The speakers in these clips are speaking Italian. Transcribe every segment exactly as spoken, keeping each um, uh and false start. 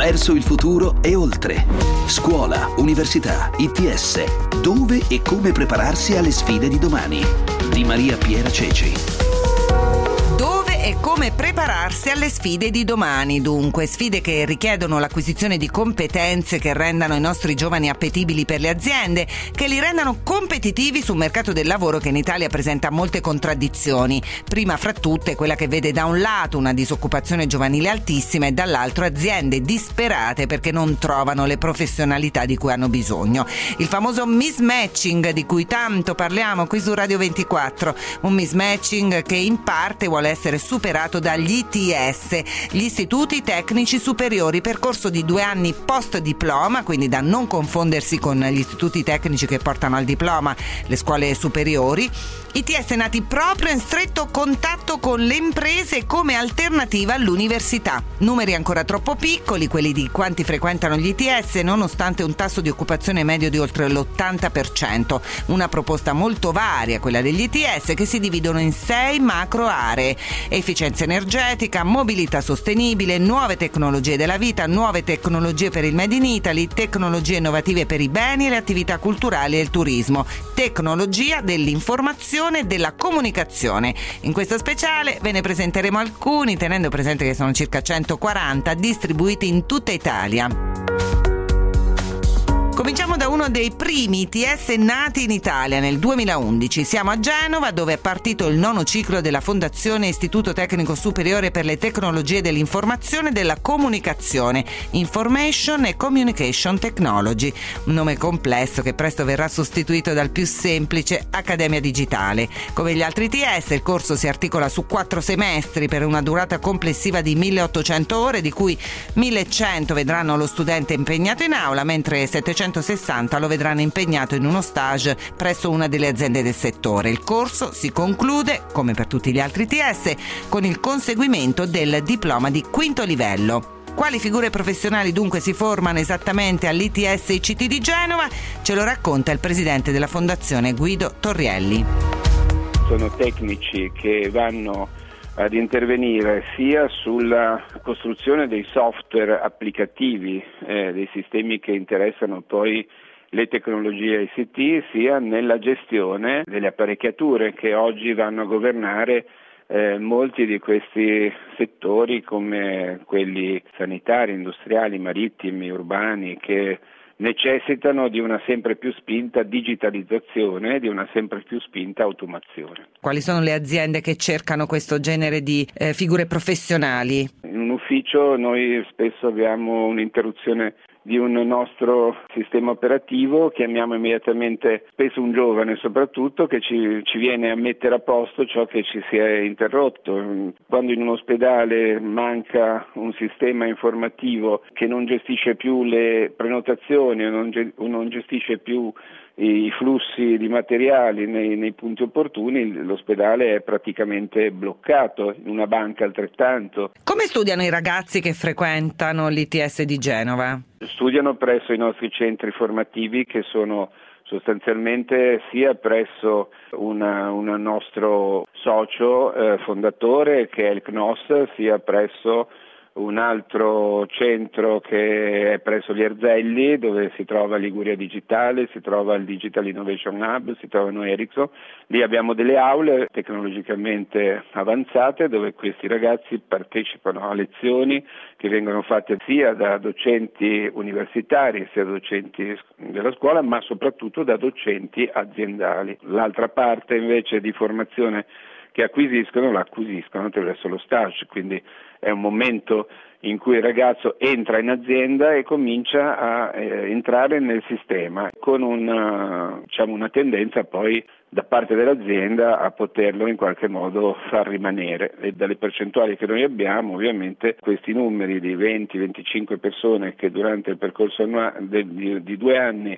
verso il futuro e oltre. Scuola, università, I T S. Dove e come prepararsi alle sfide di domani. Di Maria Piera Ceci. E come prepararsi alle sfide di domani. Dunque, sfide che richiedono l'acquisizione di competenze che rendano i nostri giovani appetibili per le aziende, che li rendano competitivi sul mercato del lavoro che in Italia presenta molte contraddizioni. Prima fra tutte quella che vede da un lato una disoccupazione giovanile altissima e dall'altro aziende disperate perché non trovano le professionalità di cui hanno bisogno. Il famoso mismatching di cui tanto parliamo qui su Radio ventiquattro, un mismatching che in parte vuole essere superato dagli I T S, gli istituti tecnici superiori, percorso di due anni post diploma, quindi da non confondersi con gli istituti tecnici che portano al diploma, le scuole superiori. I T S nati proprio in stretto contatto con le imprese come alternativa all'università. Numeri ancora troppo piccoli, quelli di quanti frequentano gli I T S, nonostante un tasso di occupazione medio di oltre l'ottanta per cento. Una proposta molto varia, quella degli I T S, che si dividono in sei macro aree: efficienza energetica, mobilità sostenibile, nuove tecnologie della vita, nuove tecnologie per il Made in Italy, tecnologie innovative per i beni e le attività culturali e il turismo, tecnologia dell'informazione e della comunicazione. In questo speciale ve ne presenteremo alcuni, tenendo presente che sono circa centoquaranta distribuiti in tutta Italia. Cominciamo da uno dei primi I T S nati in Italia nel duemilaundici. Siamo a Genova, dove è partito il nono ciclo della Fondazione Istituto Tecnico Superiore per le Tecnologie dell'Informazione e della Comunicazione, Information e Communication Technology, un nome complesso che presto verrà sostituito dal più semplice Accademia Digitale. Come gli altri I T S, il corso si articola su quattro semestri per una durata complessiva di milleottocento ore, di cui millecento vedranno lo studente impegnato in aula, mentre settecentosessanta lo vedranno impegnato in uno stage presso una delle aziende del settore. Il corso si conclude, come per tutti gli altri I T S, con il conseguimento del diploma di quinto livello. Quali figure professionali dunque si formano esattamente all'I T S I C T di Genova? Ce lo racconta il presidente della Fondazione, Guido Torrielli. Sono tecnici che vanno ad intervenire sia sulla costruzione dei software applicativi, eh, dei sistemi che interessano poi le tecnologie I C T, sia nella gestione delle apparecchiature che oggi vanno a governare eh, molti di questi settori, come quelli sanitari, industriali, marittimi, urbani, che necessitano di una sempre più spinta digitalizzazione, di una sempre più spinta automazione. Quali sono le aziende che cercano questo genere di eh, figure professionali? In un ufficio noi spesso abbiamo un'interruzione di un nostro sistema operativo, chiamiamo immediatamente spesso un giovane soprattutto che ci, ci viene a mettere a posto ciò che ci si è interrotto. Quando in un ospedale manca un sistema informativo che non gestisce più le prenotazioni o non, ge- o non gestisce più i flussi di materiali nei, nei punti opportuni, l'ospedale è praticamente bloccato, in una banca altrettanto. Come studiano i ragazzi che frequentano l'I T S di Genova? Studiano presso i nostri centri formativi, che sono sostanzialmente sia presso una, un nostro socio eh, fondatore che è il C N O S, sia presso un altro centro che è presso gli Erzelli, dove si trova Liguria Digitale, si trova il Digital Innovation Hub, si trovano Ericsson. Lì abbiamo delle aule tecnologicamente avanzate dove questi ragazzi partecipano a lezioni che vengono fatte sia da docenti universitari, sia da docenti della scuola, ma soprattutto da docenti aziendali. L'altra parte invece di formazione che acquisiscono, la acquisiscono attraverso lo stage, quindi è un momento in cui il ragazzo entra in azienda e comincia a eh, entrare nel sistema con una, diciamo, una tendenza poi da parte dell'azienda a poterlo in qualche modo far rimanere. E dalle percentuali che noi abbiamo, ovviamente questi numeri di venti venticinque persone che durante il percorso annua- de, di, di due anni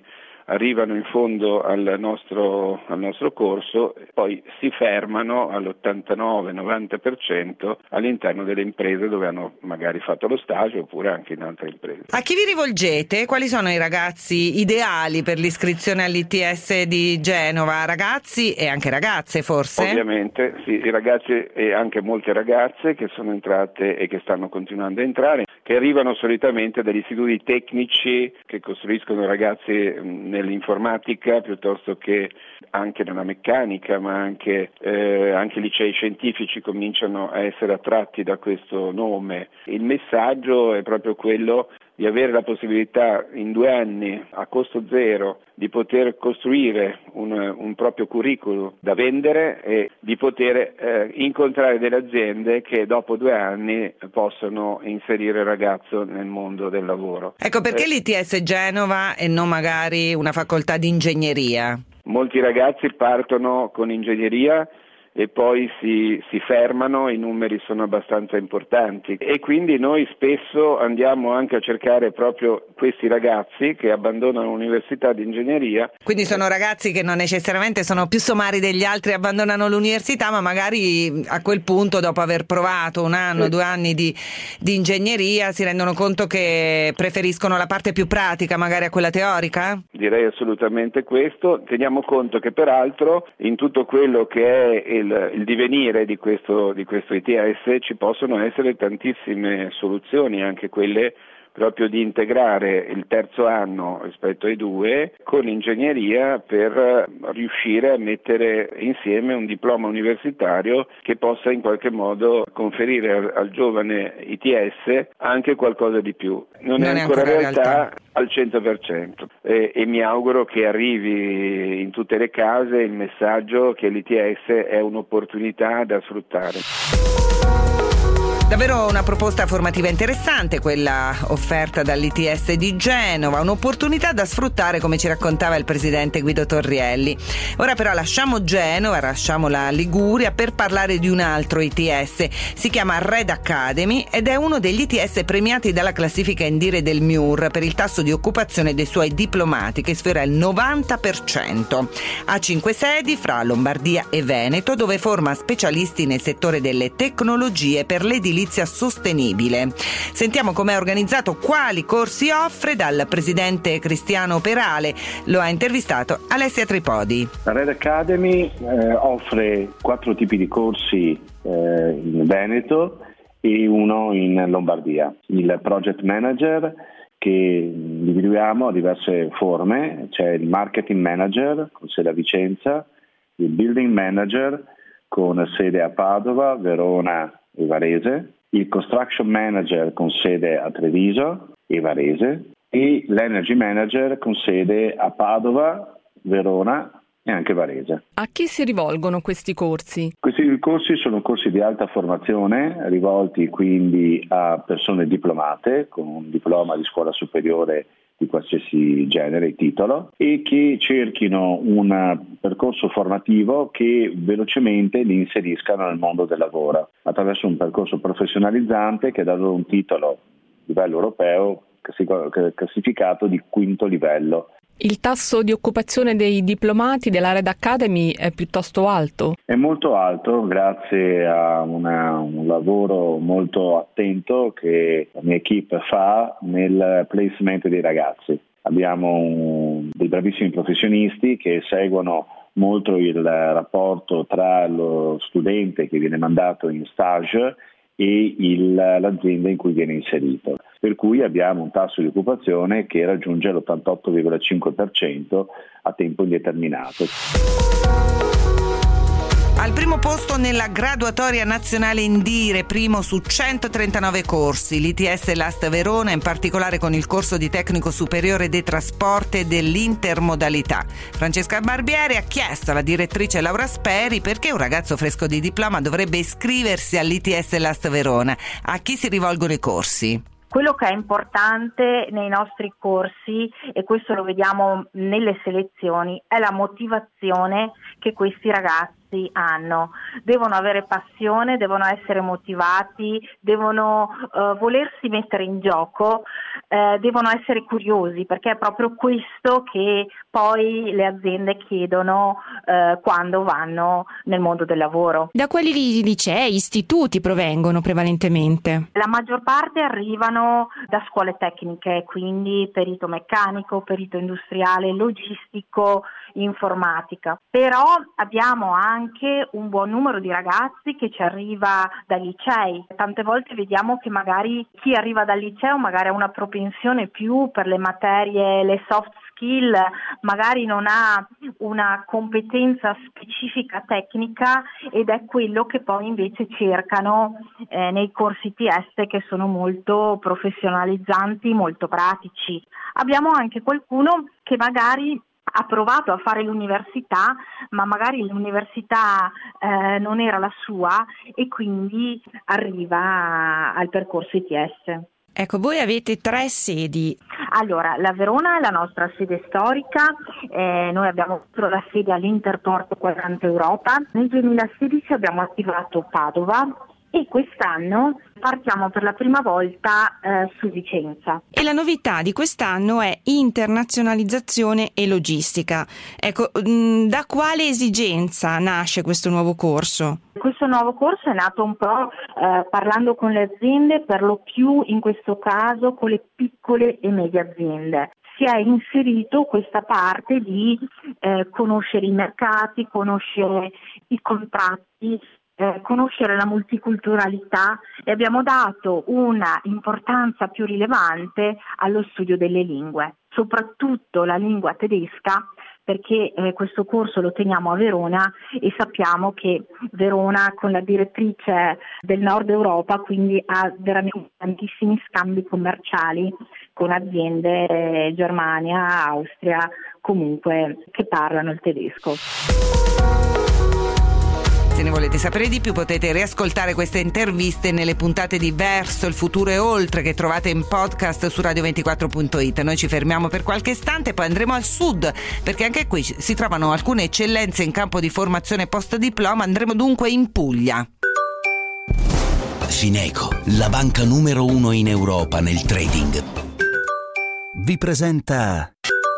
arrivano in fondo al nostro, al nostro corso, poi si fermano all'ottantanove novanta per cento all'interno delle imprese dove hanno magari fatto lo stage oppure anche in altre imprese. A chi vi rivolgete? Quali sono i ragazzi ideali per l'iscrizione all'I T S di Genova? Ragazzi e anche ragazze forse? Ovviamente sì, i ragazzi e anche molte ragazze che sono entrate e che stanno continuando a entrare, che arrivano solitamente dagli istituti tecnici che costruiscono ragazzi nell'informatica piuttosto che anche nella meccanica, ma anche, eh, anche licei scientifici cominciano a essere attratti da questo nome. Il messaggio è proprio quello di avere la possibilità in due anni a costo zero di poter costruire un, un proprio curriculum da vendere e di poter eh, incontrare delle aziende che dopo due anni possono inserire il ragazzo nel mondo del lavoro. Ecco, perché eh, l'I T S Genova e non magari una facoltà di ingegneria? Molti ragazzi partono con ingegneria e poi si, si fermano, i numeri sono abbastanza importanti e quindi noi spesso andiamo anche a cercare proprio questi ragazzi che abbandonano l'università di ingegneria. Quindi sono ragazzi che non necessariamente sono più somari degli altri e abbandonano l'università, ma magari a quel punto, dopo aver provato un anno, sì. due anni di, di ingegneria, si rendono conto che preferiscono la parte più pratica magari a quella teorica? Direi assolutamente questo. Teniamo conto che peraltro in tutto quello che è il, il divenire di questo, di questo I T S ci possono essere tantissime soluzioni, anche quelle proprio di integrare il terzo anno rispetto ai due con ingegneria per riuscire a mettere insieme un diploma universitario che possa in qualche modo conferire al, al giovane I T S anche qualcosa di più. Non, non è ancora, ancora realtà, realtà al cento per cento e, e mi auguro che arrivi in tutte le case il messaggio che l'I T S è un'opportunità da sfruttare. Davvero una proposta formativa interessante quella offerta dall'I T S di Genova, un'opportunità da sfruttare come ci raccontava il presidente Guido Torrielli. Ora però lasciamo Genova, lasciamo la Liguria per parlare di un altro I T S. Si chiama Red Academy ed è uno degli I T S premiati dalla classifica Indire del M I U R per il tasso di occupazione dei suoi diplomati che sfiora il novanta per cento. Ha cinque sedi fra Lombardia e Veneto dove forma specialisti nel settore delle tecnologie per l'edilizia sostenibile. Sentiamo com'è organizzato, quali corsi offre dal presidente Cristiano Perale. Lo ha intervistato Alessia Tripodi. La Red Academy eh, offre quattro tipi di corsi eh, in Veneto e uno in Lombardia. Il Project Manager che individuiamo a diverse forme, c'è il Marketing Manager con sede a Vicenza, il Building Manager con sede a Padova, Verona e Varese, il Construction Manager con sede a Treviso e Varese e l'Energy Manager con sede a Padova, Verona e anche Varese. A chi si rivolgono questi corsi? Questi corsi sono corsi di alta formazione rivolti quindi a persone diplomate con un diploma di scuola superiore di qualsiasi genere e titolo e che cerchino un percorso formativo che velocemente li inseriscano nel mondo del lavoro attraverso un percorso professionalizzante che dà loro un titolo a livello europeo classificato di quinto livello. Il tasso di occupazione dei diplomati della Red Academy è piuttosto alto? È molto alto grazie a una, un lavoro molto attento che la mia equipe fa nel placement dei ragazzi. Abbiamo un, dei bravissimi professionisti che seguono molto il rapporto tra lo studente che viene mandato in stage e il, l'azienda in cui viene inserito. Per cui abbiamo un tasso di occupazione che raggiunge l'ottantotto virgola cinque per cento a tempo indeterminato. Al primo posto nella graduatoria nazionale Indire, primo su centotrentanove corsi, l'I T S Last Verona, in particolare con il corso di tecnico superiore dei trasporti e dell'intermodalità. Francesca Barbieri ha chiesto alla direttrice Laura Speri perché un ragazzo fresco di diploma dovrebbe iscriversi all'I T S Last Verona. A chi si rivolgono i corsi? Quello che è importante nei nostri corsi, e questo lo vediamo nelle selezioni, è la motivazione che questi ragazzi ragazzi hanno. Devono avere passione, devono essere motivati, devono uh, volersi mettere in gioco, uh, devono essere curiosi, perché è proprio questo che poi le aziende chiedono uh, quando vanno nel mondo del lavoro. Da quali licei, istituti provengono prevalentemente? La maggior parte arrivano da scuole tecniche, quindi perito meccanico, perito industriale, logistico, informatica. Però abbiamo anche un buon numero di ragazzi che ci arriva dai licei. Tante volte vediamo che magari chi arriva dal liceo magari ha una propensione più per le materie, le soft skill, magari non ha una competenza specifica tecnica, ed è quello che poi invece cercano eh, nei corsi T S, che sono molto professionalizzanti, molto pratici. Abbiamo anche qualcuno che magari ha provato a fare l'università, ma magari l'università eh, non era la sua, e quindi arriva al percorso I T S. Ecco, voi avete tre sedi. Allora, la Verona è la nostra sede storica, eh, noi abbiamo la sede all'Interport Quadrante Europa. Nel duemilasedici abbiamo attivato Padova e quest'anno partiamo per la prima volta eh, su Vicenza. E la novità di quest'anno è internazionalizzazione e logistica. Ecco, mh, da quale esigenza nasce questo nuovo corso? Questo nuovo corso è nato un po' eh, parlando con le aziende, per lo più in questo caso con le piccole e medie aziende. Si è inserito questa parte di eh, conoscere i mercati, conoscere i contratti, Eh, conoscere la multiculturalità, e abbiamo dato una importanza più rilevante allo studio delle lingue, soprattutto la lingua tedesca, perché eh, questo corso lo teniamo a Verona e sappiamo che Verona, con la direttrice del Nord Europa, quindi ha veramente tantissimi scambi commerciali con aziende eh, Germania, Austria, comunque che parlano il tedesco. Se ne volete sapere di più, potete riascoltare queste interviste nelle puntate di Verso il futuro e oltre, che trovate in podcast su radio ventiquattro punto it. Noi ci fermiamo per qualche istante, poi andremo al sud, perché anche qui si trovano alcune eccellenze in campo di formazione post diploma. Andremo dunque in Puglia. Fineco, la banca numero uno in Europa nel trading, vi presenta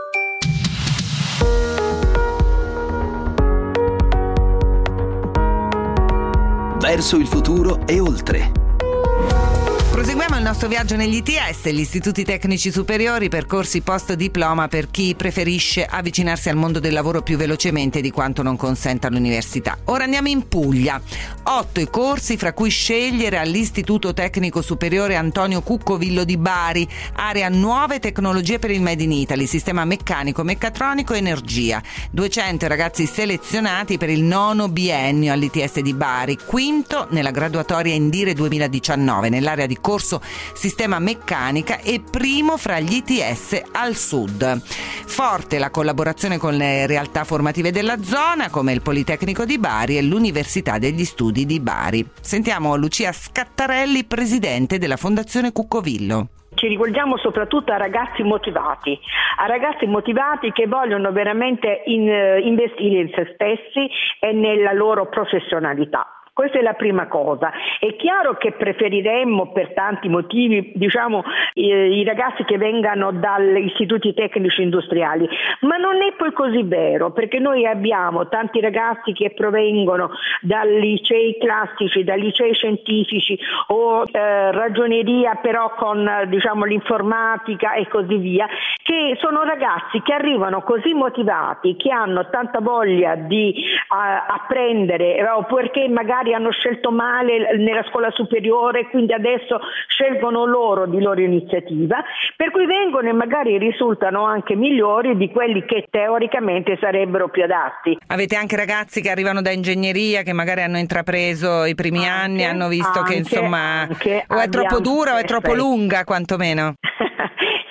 Verso il futuro e oltre. Proseguiamo il nostro viaggio negli I T S, gli istituti tecnici superiori, percorsi post diploma per chi preferisce avvicinarsi al mondo del lavoro più velocemente di quanto non consenta l'università. Ora andiamo in Puglia. Otto i corsi fra cui scegliere all'Istituto Tecnico Superiore Antonio Cuccovillo di Bari, area nuove tecnologie per il Made in Italy, sistema meccanico, meccatronico, energia. duecento ragazzi selezionati per il nono biennio all'I T S di Bari, quinto nella graduatoria Indire duemiladiciannove nell'area di corso sistema meccanica, e primo fra gli I T S al sud. Forte la collaborazione con le realtà formative della zona, come il Politecnico di Bari e l'Università degli Studi di Bari. Sentiamo Lucia Scattarelli, presidente della Fondazione Cuccovillo. Ci rivolgiamo soprattutto a ragazzi motivati, a ragazzi motivati che vogliono veramente in, investire in se stessi e nella loro professionalità. Questa è la prima cosa. È chiaro che preferiremmo, per tanti motivi, diciamo, i, i ragazzi che vengano dagli istituti tecnici industriali, ma non è poi così vero, perché noi abbiamo tanti ragazzi che provengono da licei classici, da licei scientifici o eh, ragioneria però con diciamo l'informatica e così via, che sono ragazzi che arrivano così motivati, che hanno tanta voglia di uh, apprendere, o perché magari hanno scelto male nella scuola superiore, quindi adesso scelgono loro di loro iniziativa, per cui vengono e magari risultano anche migliori di quelli che teoricamente sarebbero più adatti. Avete anche ragazzi che arrivano da ingegneria, che magari hanno intrapreso i primi anche, anni, hanno visto anche, che insomma anche o è troppo dura o è troppo perfetto. lunga quantomeno.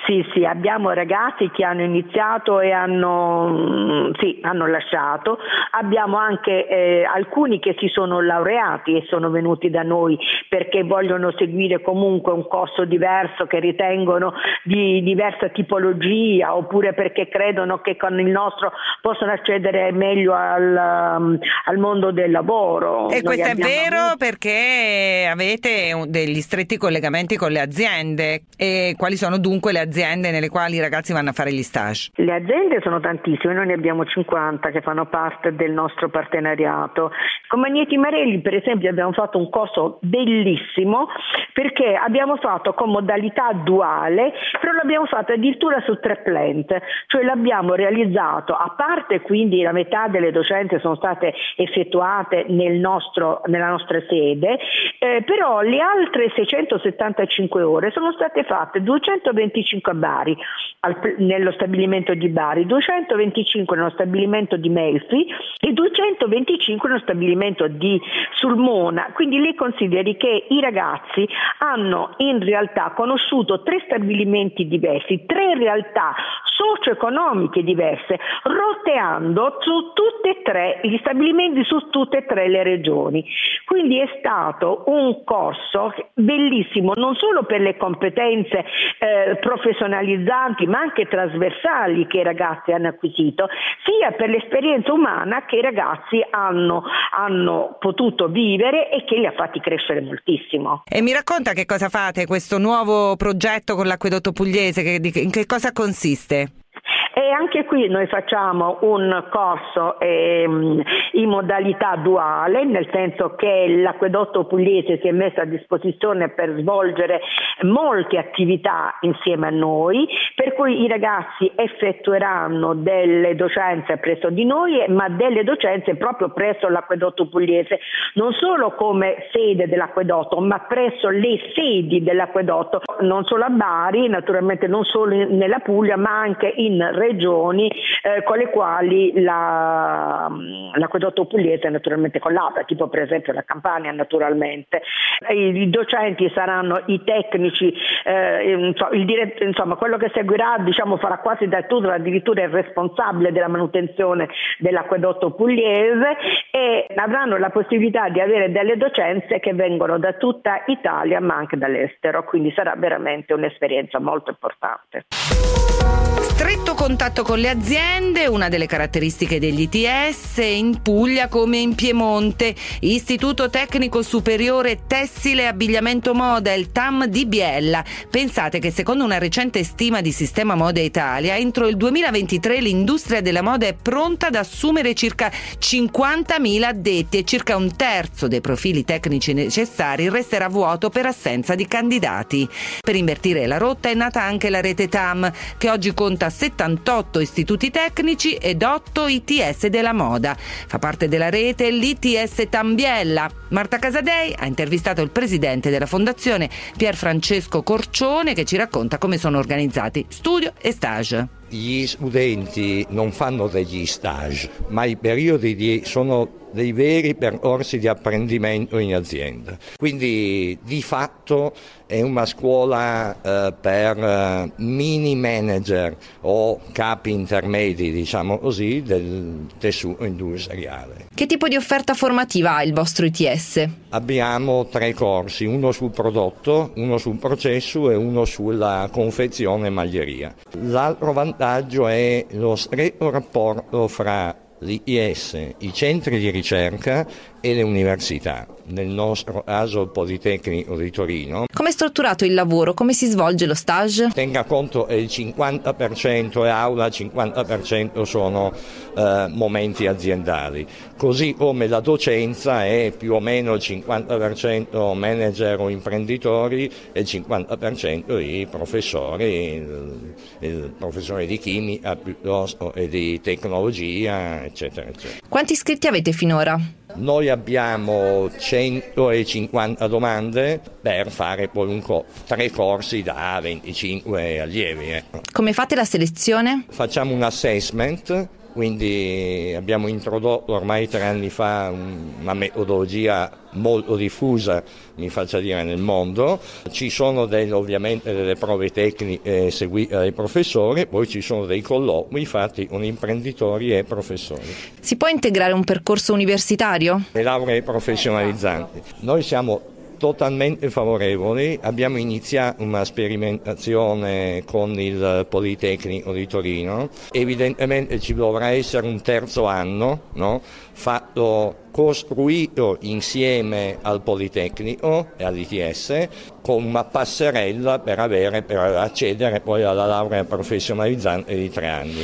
Sì, sì, abbiamo ragazzi che hanno iniziato e hanno, sì, hanno lasciato, abbiamo anche eh, alcuni che si sono laureati e sono venuti da noi perché vogliono seguire comunque un corso diverso che ritengono di diversa tipologia, oppure perché credono che con il nostro possono accedere meglio al, al mondo del lavoro. E Noi questo è vero avuto... perché avete degli stretti collegamenti con le aziende. E quali sono dunque le aziende nelle quali i ragazzi vanno a fare gli stage? Le aziende sono tantissime, noi ne abbiamo cinquanta che fanno parte del nostro partenariato. Con Magneti Marelli per esempio abbiamo fatto un corso bellissimo perché abbiamo fatto con modalità duale, però l'abbiamo fatto addirittura su tre plant, cioè l'abbiamo realizzato, a parte quindi la metà delle docenze sono state effettuate nel nostro, nella nostra sede, eh, però le altre seicentosettantacinque ore sono state fatte duecentoventicinque a Bari, al, nello stabilimento di Bari, duecentoventicinque nello stabilimento di Melfi e duecentoventicinque nello stabilimento di Sulmona. Quindi lei consideri che i ragazzi hanno in realtà conosciuto tre stabilimenti diversi, tre realtà socio-economiche diverse, roteando su tutte e tre gli stabilimenti, su tutte e tre le regioni. Quindi è stato un corso bellissimo non solo per le competenze eh, professionalizzanti ma anche trasversali che i ragazzi hanno acquisito, sia per l'esperienza umana che i ragazzi hanno, hanno potuto vivere e che li ha fatti crescere moltissimo. E mi racconta che cosa fate, questo nuovo progetto con l'Acquedotto Pugliese, che, in che cosa consiste? E anche qui noi facciamo un corso ehm, in modalità duale, nel senso che l'Acquedotto Pugliese si è messo a disposizione per svolgere molte attività insieme a noi, per cui i ragazzi effettueranno delle docenze presso di noi, ma delle docenze proprio presso l'Acquedotto Pugliese, non solo come sede dell'Acquedotto, ma presso le sedi dell'Acquedotto, non solo a Bari, naturalmente non solo nella Puglia, ma anche in regioni eh, con le quali la, l'Acquedotto Pugliese naturalmente collabora, tipo per esempio la Campania naturalmente. I, i docenti saranno i tecnici, eh, il diretto, insomma quello che seguirà diciamo farà quasi da tutto, addirittura il responsabile della manutenzione dell'Acquedotto Pugliese, e avranno la possibilità di avere delle docenze che vengono da tutta Italia ma anche dall'estero, quindi sarà veramente un'esperienza molto importante. Stretto contatto con le aziende, una delle caratteristiche degli I T S in Puglia come in Piemonte. Istituto Tecnico Superiore Tessile e Abbigliamento Moda, il T A M di Biella. Pensate che secondo una recente stima di Sistema Moda Italia, entro il duemilaventitré l'industria della moda è pronta ad assumere circa cinquantamila addetti e circa un terzo dei profili tecnici necessari resterà vuoto per assenza di candidati. Per invertire la rotta è nata anche la rete T A M, che oggi conta settantotto istituti tecnici ed otto I T S della moda. Fa parte della rete l'I T S Tambiella. Marta Casadei ha intervistato il presidente della fondazione Pier Francesco Corcione, che ci racconta come sono organizzati studio e stage. Gli studenti non fanno degli stage, ma i periodi di, sono dei veri percorsi di apprendimento in azienda. Quindi di fatto è una scuola eh, per eh, mini manager o capi intermedi, diciamo così, del tessuto industriale. Che tipo di offerta formativa ha il vostro I T S? Abbiamo tre corsi, uno sul prodotto, uno sul processo e uno sulla confezione e maglieria. L'altro vantaggio è lo stretto rapporto fra l'I T S, i centri di ricerca e le università, nel nostro caso il Politecnico di Torino. Come è strutturato il lavoro? Come si svolge lo stage? Tenga conto che il cinquanta per cento è aula, il cinquanta per cento sono eh, momenti aziendali, così come la docenza è più o meno il cinquanta per cento manager o imprenditori e il cinquanta per cento i professori, il, il professore di chimica piuttosto e di tecnologia, eccetera, eccetera. Quanti iscritti avete finora? Noi abbiamo centocinquanta domande per fare poi un co- tre corsi da venticinque allievi. Ecco. Come fate la selezione? Facciamo un assessment quindi abbiamo introdotto ormai tre anni fa una metodologia molto diffusa, mi faccia dire, nel mondo. Ci sono delle, ovviamente delle prove tecniche seguite dai professori, poi ci sono dei colloqui fatti con imprenditori e professori. Si può integrare un percorso universitario? Le lauree professionalizzanti. Noi siamo totalmente favorevoli, abbiamo iniziato una sperimentazione con il Politecnico di Torino, evidentemente ci dovrà essere un terzo anno, no? Fatto, costruito insieme al Politecnico e all'I T S, con una passerella per avere, per accedere poi alla laurea professionalizzante di tre anni.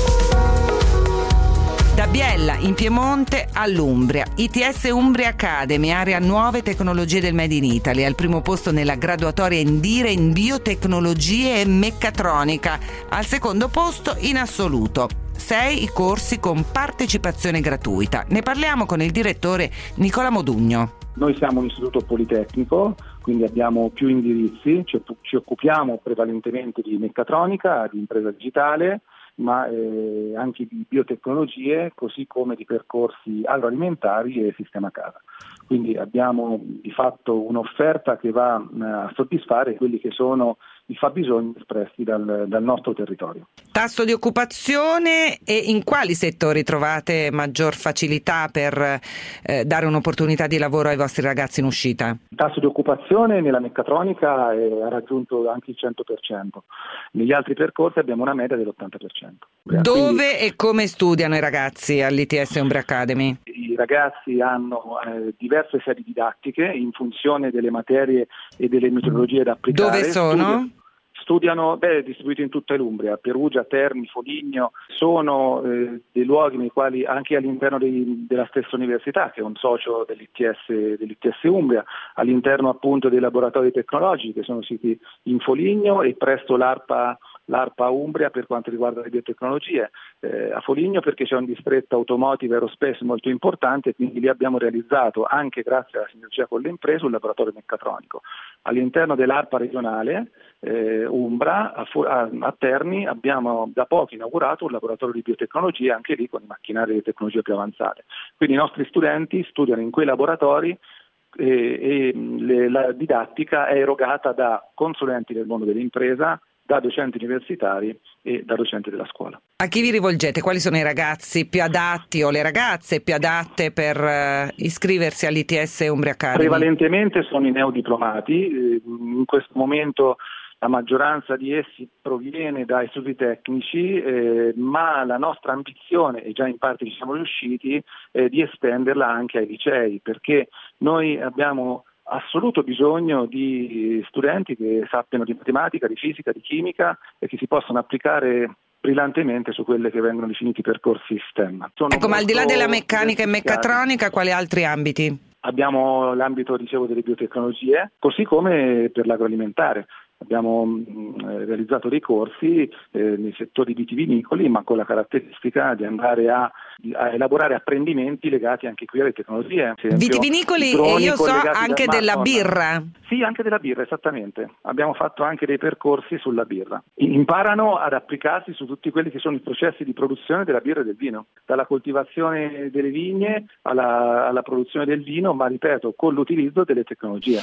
Da Biella, in Piemonte, all'Umbria. I T S Umbria Academy, area nuove tecnologie del Made in Italy, al primo posto nella graduatoria Indire in biotecnologie e meccatronica, al secondo posto in assoluto. Sei i corsi con partecipazione gratuita. Ne parliamo con il direttore Nicola Modugno. Noi siamo un istituto politecnico, quindi abbiamo più indirizzi, ci, ci occupiamo prevalentemente di meccatronica, di impresa digitale, ma eh, anche di biotecnologie, così come di percorsi agroalimentari e sistema casa. Quindi abbiamo di fatto un'offerta che va a soddisfare quelli che sono i fabbisogni espressi dal, dal nostro territorio. Tasso di occupazione, e in quali settori trovate maggior facilità per eh, dare un'opportunità di lavoro ai vostri ragazzi in uscita? Il tasso di occupazione nella meccatronica è, ha raggiunto anche il cento per cento, negli altri percorsi abbiamo una media dell'ottanta per cento. Dove Quindi, e come studiano i ragazzi all'I T S Umbria Academy? I ragazzi hanno eh, diverse sedi didattiche in funzione delle materie e delle metodologie da applicare. Dove sono? Studiano, studiano beh, distribuiti in tutta l'Umbria, Perugia, Terni, Foligno, sono eh, dei luoghi nei quali anche all'interno dei, della stessa università, che è un socio dell'I T S, dell'I T S Umbria, all'interno appunto dei laboratori tecnologici che sono siti in Foligno e presso l'ARPA l'ARPA Umbria per quanto riguarda le biotecnologie, eh, a Foligno perché c'è un distretto automotive aerospace molto importante, quindi lì abbiamo realizzato, anche grazie alla sinergia con le imprese, un laboratorio meccatronico. All'interno dell'ARPA regionale eh, Umbra, a, a, a Terni, abbiamo da poco inaugurato un laboratorio di biotecnologie, anche lì con i macchinari di tecnologie più avanzate. Quindi i nostri studenti studiano in quei laboratori e, e le, la didattica è erogata da consulenti del mondo dell'impresa, da docenti universitari e da docenti della scuola. A chi vi rivolgete? Quali sono i ragazzi più adatti o le ragazze più adatte per uh, iscriversi all'I T S Umbria Academy? Prevalentemente sono i neodiplomati, in questo momento la maggioranza di essi proviene da istituti tecnici, eh, ma la nostra ambizione, e già in parte ci siamo riusciti, è di estenderla anche ai licei, perché noi abbiamo assoluto bisogno di studenti che sappiano di matematica, di fisica, di chimica e che si possano applicare brillantemente su quelle che vengono definiti percorsi STEM. Sono ecco, ma al di là della meccanica e meccatronica, quali altri ambiti? Abbiamo l'ambito, dicevo, delle biotecnologie, così come per l'agroalimentare. Abbiamo mh, realizzato dei corsi eh, nei settori vitivinicoli, ma con la caratteristica di andare a, a elaborare apprendimenti legati anche qui alle tecnologie. Vitivinicoli e io so anche della birra. Sì, anche della birra, esattamente. Abbiamo fatto anche dei percorsi sulla birra. Imparano ad applicarsi su tutti quelli che sono i processi di produzione della birra e del vino, dalla coltivazione delle vigne alla, alla produzione del vino, ma ripeto, con l'utilizzo delle tecnologie.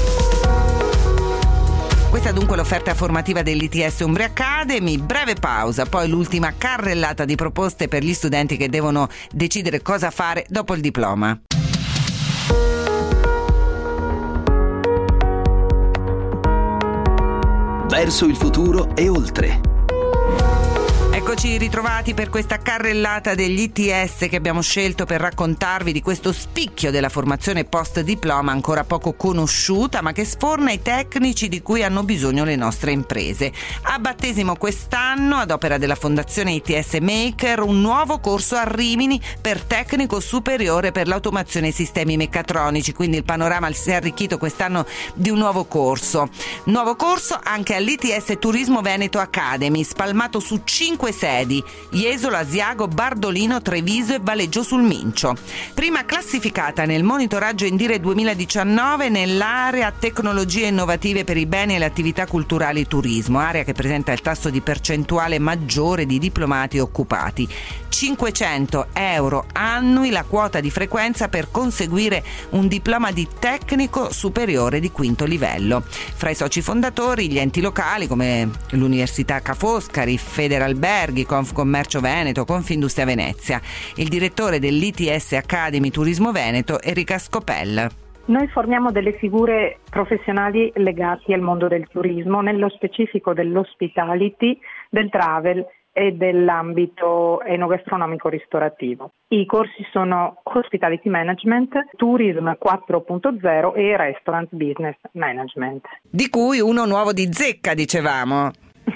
Questa è dunque l'offerta formativa dell'I T S Umbria Academy. Breve pausa, poi l'ultima carrellata di proposte per gli studenti che devono decidere cosa fare dopo il diploma. Verso il futuro e oltre. Eccoci ritrovati per questa carrellata degli I T S che abbiamo scelto per raccontarvi di questo spicchio della formazione post-diploma ancora poco conosciuta, ma che sforna i tecnici di cui hanno bisogno le nostre imprese. A battesimo quest'anno, ad opera della Fondazione I T S Maker, un nuovo corso a Rimini per tecnico superiore per l'automazione e sistemi meccatronici, quindi il panorama si è arricchito quest'anno di un nuovo corso. Nuovo corso anche all'I T S Turismo Veneto Academy, spalmato su cinque sedi: Jesolo, Asiago, Bardolino, Treviso e Valeggio sul Mincio. Prima classificata nel monitoraggio Indire duemiladiciannove nell'area tecnologie innovative per i beni e le attività culturali e turismo, area che presenta il tasso di percentuale maggiore di diplomati occupati. cinquecento euro annui la quota di frequenza per conseguire un diploma di tecnico superiore di quinto livello. Fra i soci fondatori gli enti locali come l'Università Ca' Foscari, Federalberghi, Confcommercio Veneto, Confindustria Venezia. Il direttore dell'I T S Academy Turismo Veneto, Enrica Scopel. Noi formiamo delle figure professionali legate al mondo del turismo, nello specifico dell'hospitality, del travel e dell'ambito enogastronomico ristorativo. I corsi sono Hospitality Management, Tourism quattro punto zero e Restaurant Business Management. Di cui uno nuovo di zecca, dicevamo.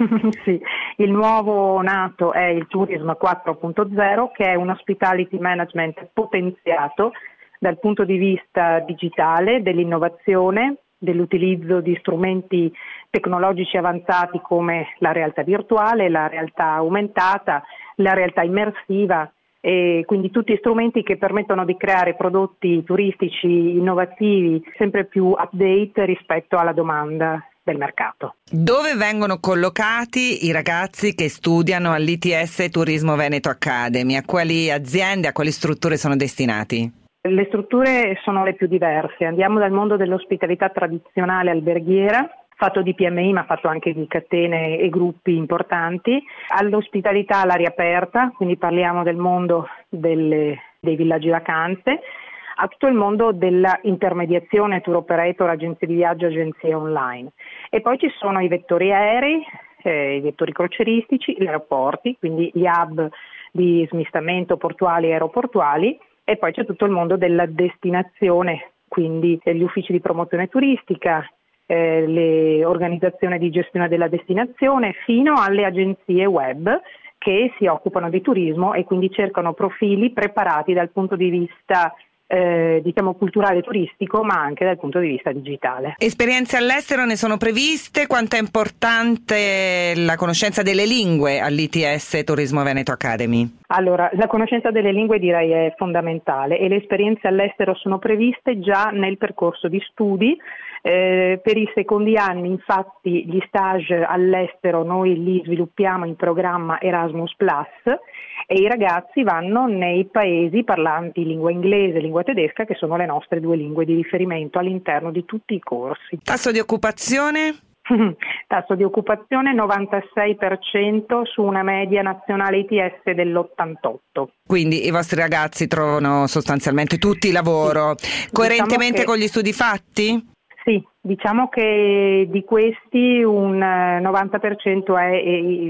Sì, il nuovo nato è il Tourism quattro punto zero, che è un Hospitality Management potenziato dal punto di vista digitale, dell'innovazione, dell'utilizzo di strumenti tecnologici avanzati come la realtà virtuale, la realtà aumentata, la realtà immersiva, e quindi tutti strumenti che permettono di creare prodotti turistici innovativi sempre più update rispetto alla domanda del mercato. Dove vengono collocati i ragazzi che studiano all'I T S Turismo Veneto Academy? A quali aziende, a quali strutture sono destinati? Le strutture sono le più diverse, andiamo dal mondo dell'ospitalità tradizionale alberghiera, fatto di P M I ma fatto anche di catene e gruppi importanti, all'ospitalità all'aria aperta, quindi parliamo del mondo delle, dei villaggi vacanze, a tutto il mondo della intermediazione, tour operator, agenzie di viaggio, agenzie online. E poi ci sono i vettori aerei, eh, i vettori crocieristici, gli aeroporti, quindi gli hub di smistamento portuali e aeroportuali, e poi c'è tutto il mondo della destinazione, quindi gli uffici di promozione turistica, eh, le organizzazioni di gestione della destinazione, fino alle agenzie web che si occupano di turismo e quindi cercano profili preparati dal punto di vista Eh, diciamo culturale e turistico, ma anche dal punto di vista digitale. Esperienze all'estero ne sono previste? Quanto è importante la conoscenza delle lingue all'I T S Turismo Veneto Academy? Allora, la conoscenza delle lingue direi è fondamentale e le esperienze all'estero sono previste già nel percorso di studi. Eh, per i secondi anni, infatti, gli stage all'estero noi li sviluppiamo in programma Erasmus Plus e i ragazzi vanno nei paesi parlanti lingua inglese e lingua tedesca, che sono le nostre due lingue di riferimento all'interno di tutti i corsi. Tasso di occupazione? Tasso di occupazione novantasei per cento su una media nazionale I T S dell'ottantotto. Quindi i vostri ragazzi trovano sostanzialmente tutti lavoro, sì. Coerentemente diciamo che... con gli studi fatti? Sì, diciamo che di questi un novanta per cento è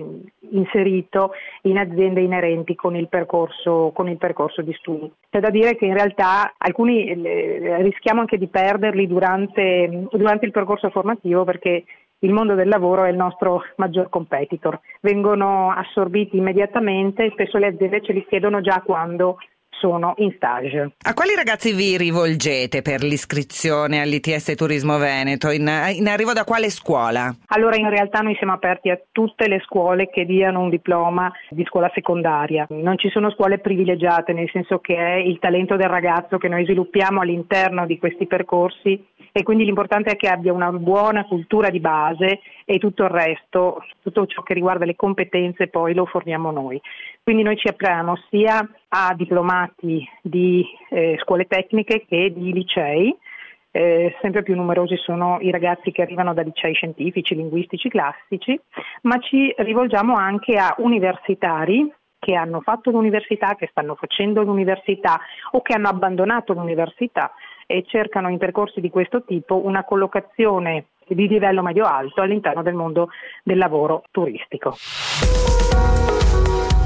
inserito in aziende inerenti con il percorso, con il percorso di studi. C'è da dire che in realtà alcuni rischiamo anche di perderli durante, durante il percorso formativo, perché il mondo del lavoro è il nostro maggior competitor. Vengono assorbiti immediatamente e spesso le aziende ce li chiedono già quando sono in stage. A quali ragazzi vi rivolgete per l'iscrizione all'I T S Turismo Veneto? In, in arrivo da quale scuola? Allora, in realtà noi siamo aperti a tutte le scuole che diano un diploma di scuola secondaria. Non ci sono scuole privilegiate, nel senso che è il talento del ragazzo che noi sviluppiamo all'interno di questi percorsi e quindi l'importante è che abbia una buona cultura di base e tutto il resto, tutto ciò che riguarda le competenze poi lo forniamo noi. Quindi noi ci apriamo sia a diplomati di eh, scuole tecniche che di licei, eh, sempre più numerosi sono i ragazzi che arrivano da licei scientifici, linguistici, classici, ma ci rivolgiamo anche a universitari che hanno fatto l'università, che stanno facendo l'università o che hanno abbandonato l'università e cercano in percorsi di questo tipo una collocazione di livello medio-alto all'interno del mondo del lavoro turistico.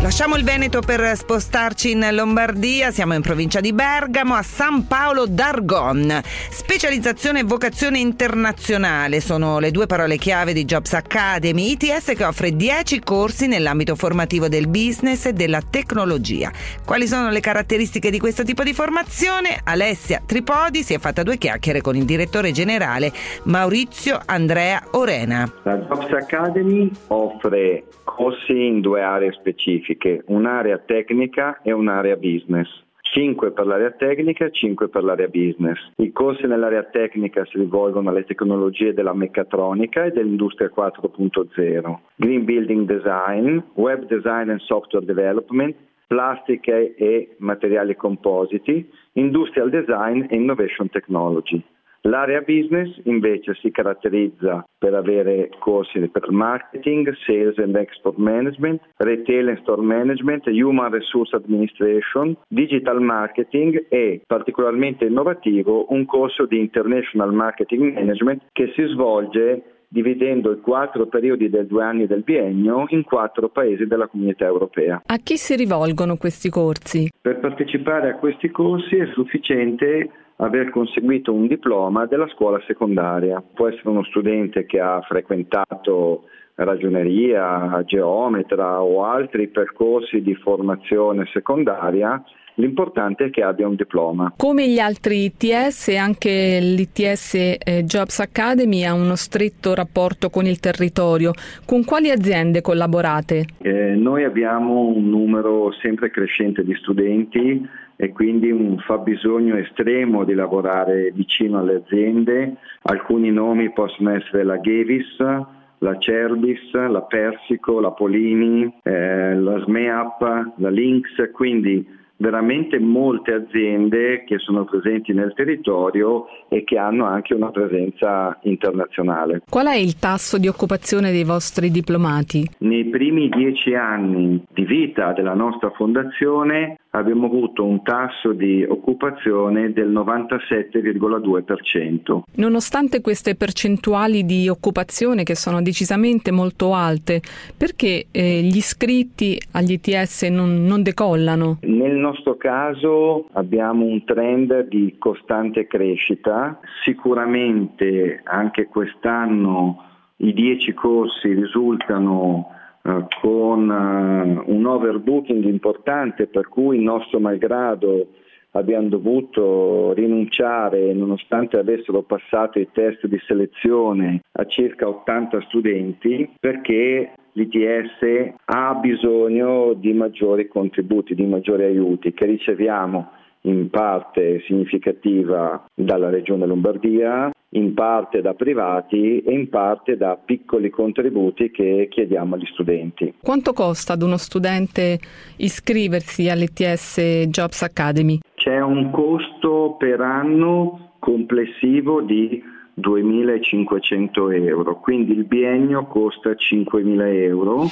Lasciamo il Veneto per spostarci in Lombardia, siamo in provincia di Bergamo, a San Paolo d'Argon. Specializzazione e vocazione internazionale sono le due parole chiave di Jobs Academy, I T S che offre dieci corsi nell'ambito formativo del business e della tecnologia. Quali sono le caratteristiche di questo tipo di formazione? Alessia Tripodi si è fatta due chiacchiere con il direttore generale Maurizio Andrea Orena. La Jobs Academy offre corsi in due aree specifiche, un'area tecnica e un'area business. cinque per l'area tecnica e cinque per l'area business. I corsi nell'area tecnica si rivolgono alle tecnologie della meccatronica e dell'industria quattro punto zero, green building design, web design and software development, plastica e materiali compositi, industrial design e innovation technology. L'area business invece si caratterizza per avere corsi per marketing, sales and export management, retail and store management, human resource administration, digital marketing e, particolarmente innovativo, un corso di international marketing management che si svolge dividendo i quattro periodi dei due anni del biennio in quattro paesi della Comunità Europea. A chi si rivolgono questi corsi? Per partecipare a questi corsi è sufficiente aver conseguito un diploma della scuola secondaria. Può essere uno studente che ha frequentato ragioneria, geometra o altri percorsi di formazione secondaria. L'importante è che abbia un diploma. Come gli altri I T S, anche l'I T S eh, Jobs Academy ha uno stretto rapporto con il territorio. Con quali aziende collaborate? Eh, noi abbiamo un numero sempre crescente di studenti e quindi un fabbisogno estremo di lavorare vicino alle aziende. Alcuni nomi possono essere la Gevis, la Cerbis, la Persico, la Polini, eh, la SMEAP, la Lynx, quindi veramente molte aziende che sono presenti nel territorio e che hanno anche una presenza internazionale. Qual è il tasso di occupazione dei vostri diplomati? Nei primi dieci anni di vita della nostra fondazione abbiamo avuto un tasso di occupazione del novantasette virgola due per cento. Nonostante queste percentuali di occupazione che sono decisamente molto alte, perché eh, gli iscritti agli I T S non, non decollano? Nel nostro caso abbiamo un trend di costante crescita. Sicuramente anche quest'anno i dieci corsi risultano Uh, con uh, un overbooking importante, per cui nostro malgrado abbiamo dovuto rinunciare, nonostante avessero passato i test di selezione, a circa ottanta studenti, perché l'I T S ha bisogno di maggiori contributi, di maggiori aiuti che riceviamo in parte significativa dalla Regione Lombardia, in parte da privati e in parte da piccoli contributi che chiediamo agli studenti. Quanto costa ad uno studente iscriversi all'I T S Jobs Academy? C'è un costo per anno complessivo di duemilacinquecento euro, quindi il biennio costa cinquemila euro.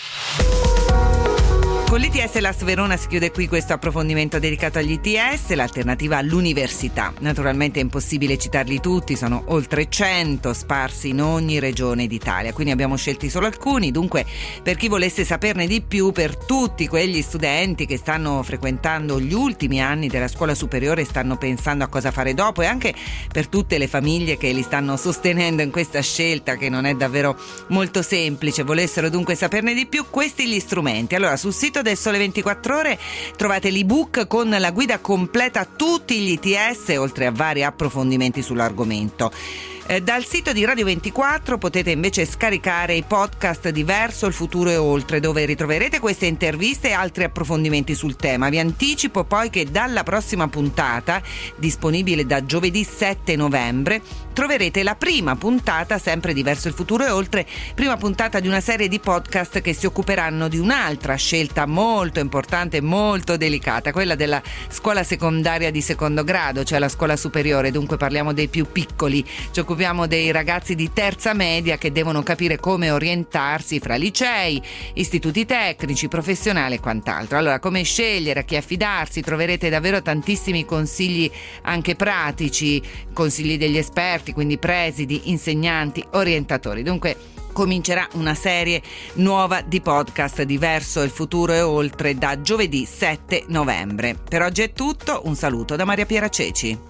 Con l'I T S Las Verona si chiude qui questo approfondimento dedicato agli I T S, l'alternativa all'università. Naturalmente è impossibile citarli tutti, sono oltre cento sparsi in ogni regione d'Italia, quindi abbiamo scelti solo alcuni. Dunque, per chi volesse saperne di più, per tutti quegli studenti che stanno frequentando gli ultimi anni della scuola superiore e stanno pensando a cosa fare dopo, e anche per tutte le famiglie che li stanno sostenendo in questa scelta che non è davvero molto semplice, volessero dunque saperne di più, questi gli strumenti. Allora, sul sito del Sole ventiquattro Ore trovate l'ebook con la guida completa a tutti gli I T S, oltre a vari approfondimenti sull'argomento. Eh, dal sito di Radio ventiquattro potete invece scaricare i podcast di Verso il futuro e oltre, dove ritroverete queste interviste e altri approfondimenti sul tema. Vi anticipo poi che dalla prossima puntata, disponibile da giovedì sette novembre, troverete la prima puntata sempre di Verso il futuro e oltre, prima puntata di una serie di podcast che si occuperanno di un'altra scelta molto importante e molto delicata, quella della scuola secondaria di secondo grado, cioè la scuola superiore. Dunque parliamo dei più piccoli, ci occupiamo dei ragazzi di terza media che devono capire come orientarsi fra licei, istituti tecnici, professionali e quant'altro. Allora, come scegliere, a chi affidarsi, troverete davvero tantissimi consigli anche pratici, consigli degli esperti, quindi presidi, insegnanti, orientatori. Dunque comincerà una serie nuova di podcast di Verso il futuro e oltre da giovedì sette novembre. Per oggi è tutto, un saluto da Maria Piera Ceci.